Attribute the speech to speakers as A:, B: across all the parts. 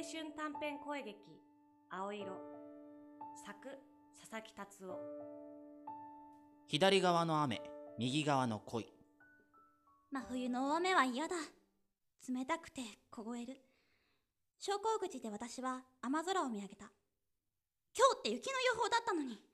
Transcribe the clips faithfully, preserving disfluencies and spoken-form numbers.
A: 春短編声劇青色、作佐々木達夫。
B: 左側の雨、右側の恋。
C: 真冬の大雨は嫌だ。冷たくて凍える。昇降口で私は雨空を見上げた。今日って雪の予報だったのに、なんで？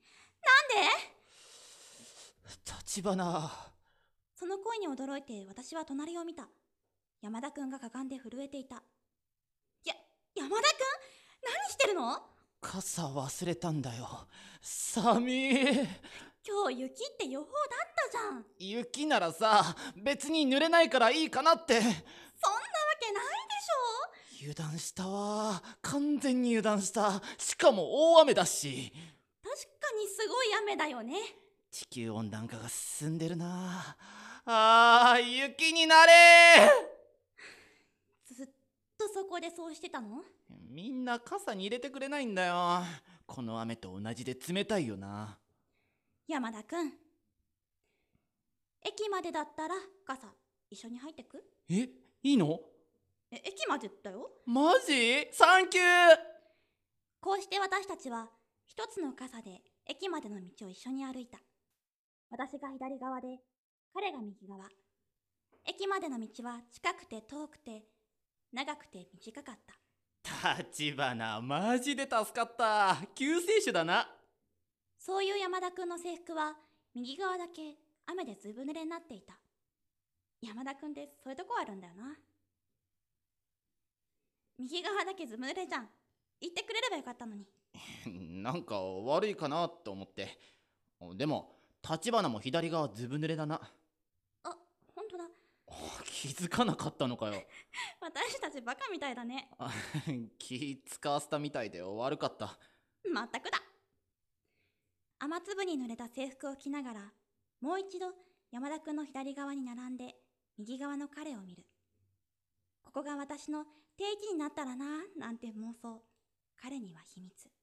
B: 立花。
C: その声に驚いて私は隣を見た。山田くんがかがんで震えていた。や、山田くん？何してるの？
B: 傘忘れたんだよ。寒い。
C: 今日雪って予報だったじゃん。
B: 雪ならさ、別に濡れないからいいかなって。
C: そんなわけないでしょ。
B: 油断したわ。完全に油断した。しかも大雨だし。
C: 確かにすごい雨だよね。
B: 地球温暖化が進んでるなあ。ー、雪になれ。
C: ずっとそこでそうしてたの？
B: みんな傘に入れてくれないんだよ。この雨と同じで冷たいよな。
C: 山田くん、駅までだったら傘一緒に入ってく？
B: え、いいの？
C: え、駅までだよ。
B: マジ？サンキュー。
C: こうして私たちは一つの傘で駅までの道を一緒に歩いた。私が左側で彼が右側。駅までの道は近くて遠くて長くて短かった。
B: 立花、マジで助かった。救世主だな。
C: そういう山田くんの制服は右側だけ雨でずぶ濡れになっていた。山田くんってそういうとこあるんだよな。右側だけずぶ濡れじゃん。言ってくれればよかったのに。
B: なんか悪いかなと思って。でも立花も左側ずぶ濡れだな。
C: あ、ほんとだ。
B: 気づかなかったのかよ。
C: 私たちバカみたいだね。
B: 気使わせたみたいで悪かった。
C: まったくだ。雨粒に濡れた制服を着ながらもう一度山田くんの左側に並んで右側の彼を見る。ここが私の定位置になったらななんて妄想。彼には秘密。